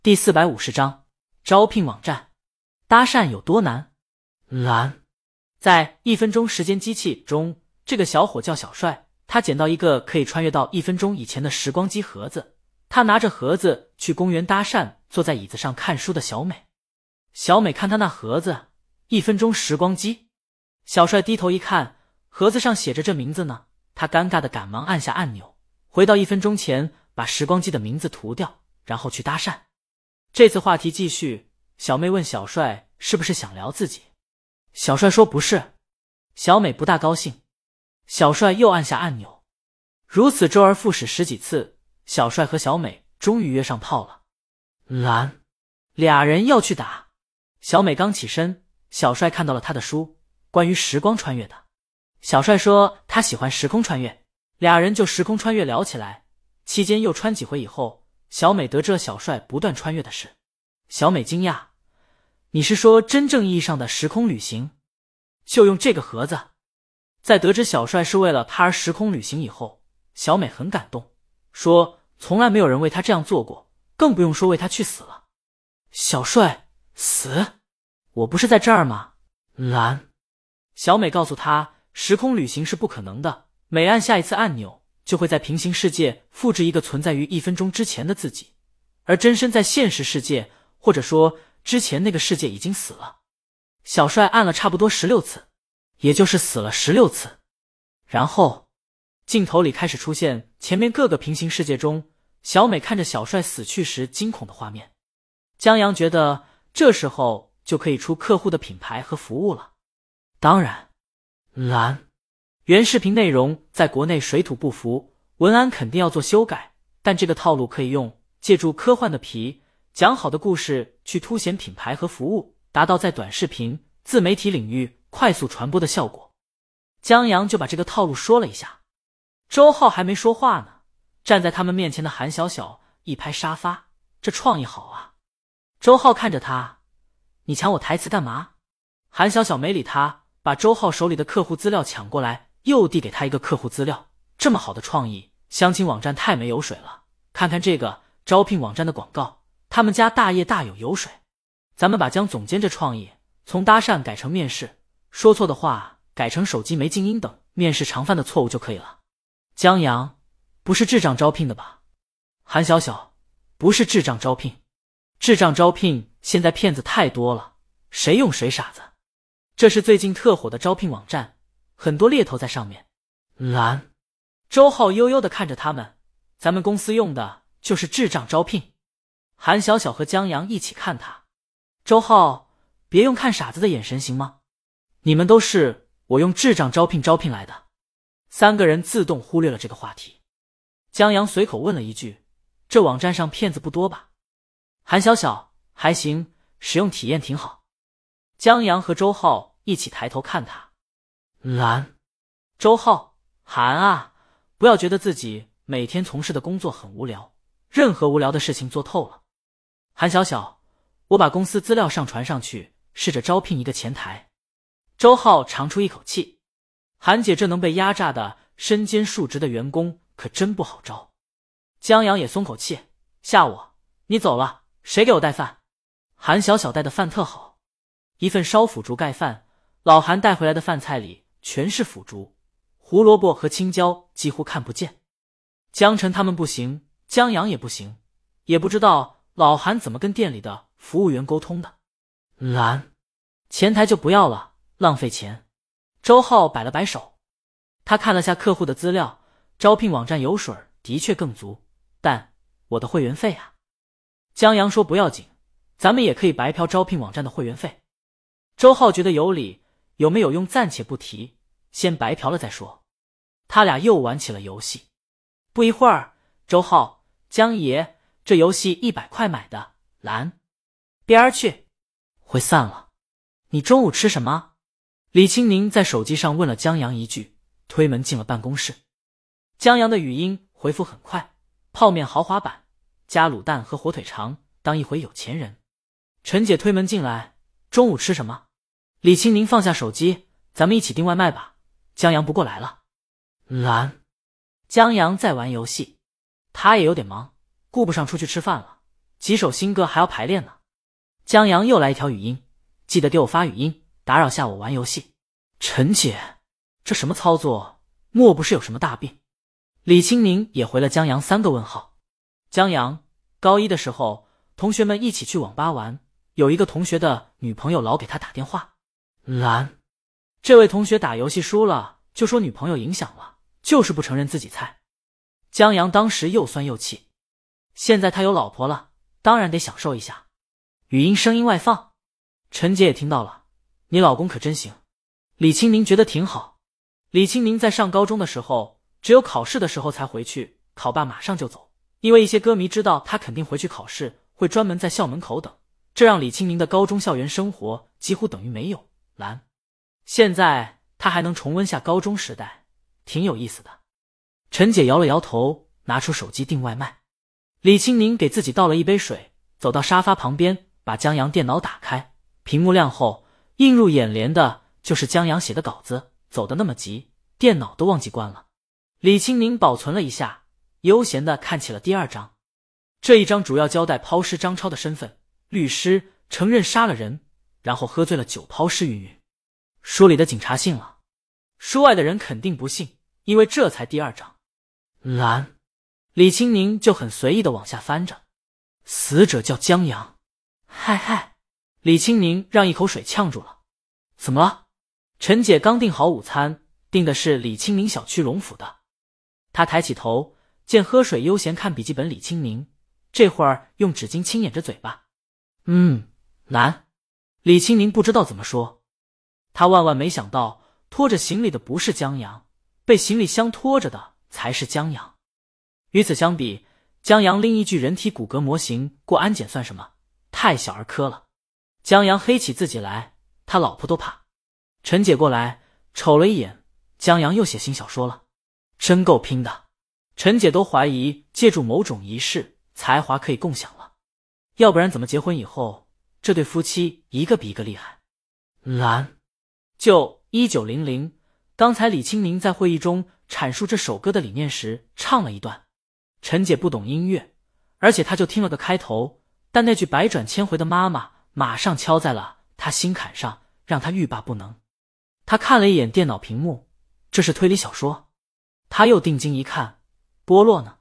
第450章招聘网站。搭讪有多难？难。在1分钟时间机器中，这个小伙叫小帅，他捡到一个可以穿越到1分钟以前的时光机盒子，他拿着盒子去公园搭讪坐在椅子上看书的小美。小美看他那盒子，1分钟时光机。小帅低头一看，盒子上写着这名字呢，他尴尬的赶忙按下按钮，回到1分钟前，把时光机的名字涂掉，然后去搭讪。这次话题继续，小妹问小帅是不是想聊自己，小帅说不是。小美不大高兴，小帅又按下按钮，如此周而复始10几次，小帅和小美终于约上炮了。蓝，俩人要去打。小美刚起身，小帅看到了他的书，关于时光穿越的。小帅说他喜欢时空穿越，俩人就时空穿越聊起来，期间又穿几回以后，小美得知了小帅不断穿越的事。小美惊讶，你是说真正意义上的时空旅行？就用这个盒子？在得知小帅是为了他而时空旅行以后，小美很感动，说从来没有人为他这样做过，更不用说为他去死了。小帅，死？我不是在这儿吗？蓝。小美告诉他，时空旅行是不可能的，每按下一次按钮，就会在平行世界复制一个存在于1分钟之前的自己，而真身在现实世界，或者说之前那个世界已经死了。小帅按了差不多16次，也就是死了16次。然后镜头里开始出现前面各个平行世界中小美看着小帅死去时惊恐的画面。江阳觉得这时候就可以出客户的品牌和服务了。当然，蓝。原视频内容在国内水土不服，文案肯定要做修改，但这个套路可以用，借助科幻的皮，讲好的故事去凸显品牌和服务，达到在短视频、自媒体领域快速传播的效果。江阳就把这个套路说了一下。周浩还没说话呢，站在他们面前的韩小小一拍沙发，这创意好啊。周浩看着他，你抢我台词干嘛？韩小小没理他，把周浩手里的客户资料抢过来，又递给他一个客户资料。这么好的创意，相亲网站太没油水了。看看这个招聘网站的广告，他们家大业大有油水。咱们把江总监这创意从搭讪改成面试，说错的话改成手机没静音等面试常犯的错误就可以了。江阳，不是智障招聘的吧？韩小小，不是智障招聘。智障招聘现在骗子太多了，谁用谁傻子。这是最近特火的招聘网站，很多猎头在上面。蓝。周浩悠悠地看着他们，咱们公司用的就是智障招聘。韩小小和江阳一起看他。周浩，别用看傻子的眼神行吗？你们都是我用智障招聘来的。3个人自动忽略了这个话题。江阳随口问了一句，这网站上骗子不多吧？韩小小，还行，使用体验挺好。江阳和周浩一起抬头看他。蓝。周浩，韩啊，不要觉得自己每天从事的工作很无聊，任何无聊的事情做透了。韩小小，我把公司资料上传上去，试着招聘一个前台。周浩长出一口气，韩姐这能被压榨的身兼数职的员工可真不好招。江阳也松口气，吓我，你走了，谁给我带饭？韩小小带的饭特好，一份烧腐竹盖饭，老韩带回来的饭菜里全是腐竹，胡萝卜和青椒几乎看不见。江晨他们不行，江阳也不行，也不知道老韩怎么跟店里的服务员沟通的。蓝。前台就不要了，浪费钱。周浩摆了摆手，他看了下客户的资料，招聘网站油水的确更足，但我的会员费啊。江阳说不要紧，咱们也可以白嫖招聘网站的会员费。周浩觉得有理，有没有用暂且不提，先白嫖了再说。他俩又玩起了游戏。不一会儿，周浩，江爷，这游戏100块买的，蓝。边儿去，会散了。你中午吃什么？李青宁在手机上问了江阳一句，推门进了办公室。江阳的语音回复很快，泡面豪华版，加卤蛋和火腿肠，当一回有钱人。陈姐推门进来，中午吃什么？李青宁放下手机，咱们一起订外卖吧，江阳不过来了。蓝。江阳在玩游戏，他也有点忙，顾不上出去吃饭了。 几首新歌还要排练呢。江阳又来一条语音，记得给我发语音，打扰下我玩游戏。陈姐，这什么操作？莫不是有什么大病？李青宁也回了江阳3个问号。江阳，高一的时候，同学们一起去网吧玩，有一个同学的女朋友老给他打电话。蓝，这位同学打游戏输了，就说女朋友影响了，就是不承认自己菜。江阳当时又酸又气，现在他有老婆了，当然得享受一下。语音声音外放，陈姐也听到了，你老公可真行。李青宁觉得挺好。李青宁在上高中的时候，只有考试的时候才回去，考罢马上就走，因为一些歌迷知道他肯定回去考试，会专门在校门口等，这让李青宁的高中校园生活几乎等于没有。蓝，现在他还能重温下高中时代，挺有意思的。陈姐摇了摇头，拿出手机订外卖。李青宁给自己倒了一杯水，走到沙发旁边，把江阳电脑打开，屏幕亮后，映入眼帘的就是江阳写的稿子，走得那么急，电脑都忘记关了。李青宁保存了一下，悠闲地看起了第2章。这一章主要交代抛尸张超的身份，律师承认杀了人，然后喝醉了酒抛尸云云。书里的警察信了，书外的人肯定不信，因为这才第2章。蓝，李青宁就很随意地往下翻着。死者叫江阳。嗨，李青宁让一口水呛住了。怎么了？陈姐刚订好午餐，订的是李青宁小区荣府的。她抬起头，见喝水悠闲看笔记本李青宁，这会儿用纸巾轻掩着嘴巴。难。李青宁不知道怎么说。他万万没想到，拖着行李的不是江阳，被行李箱拖着的才是江阳。与此相比，江阳拎一具人体骨骼模型过安检算什么？太小儿科了。江阳黑起自己来，他老婆都怕。陈姐过来瞅了一眼，江阳又写新小说了，真够拼的。陈姐都怀疑借助某种仪式，才华可以共享了，要不然怎么结婚以后这对夫妻一个比一个厉害？蓝，就1900，刚才李青宁在会议中阐述这首歌的理念时唱了一段。陈姐不懂音乐，而且她就听了个开头，但那句百转千回的妈妈马上敲在了她心坎上，让她欲罢不能。她看了一眼电脑屏幕，这是推理小说。她又定睛一看，波洛呢？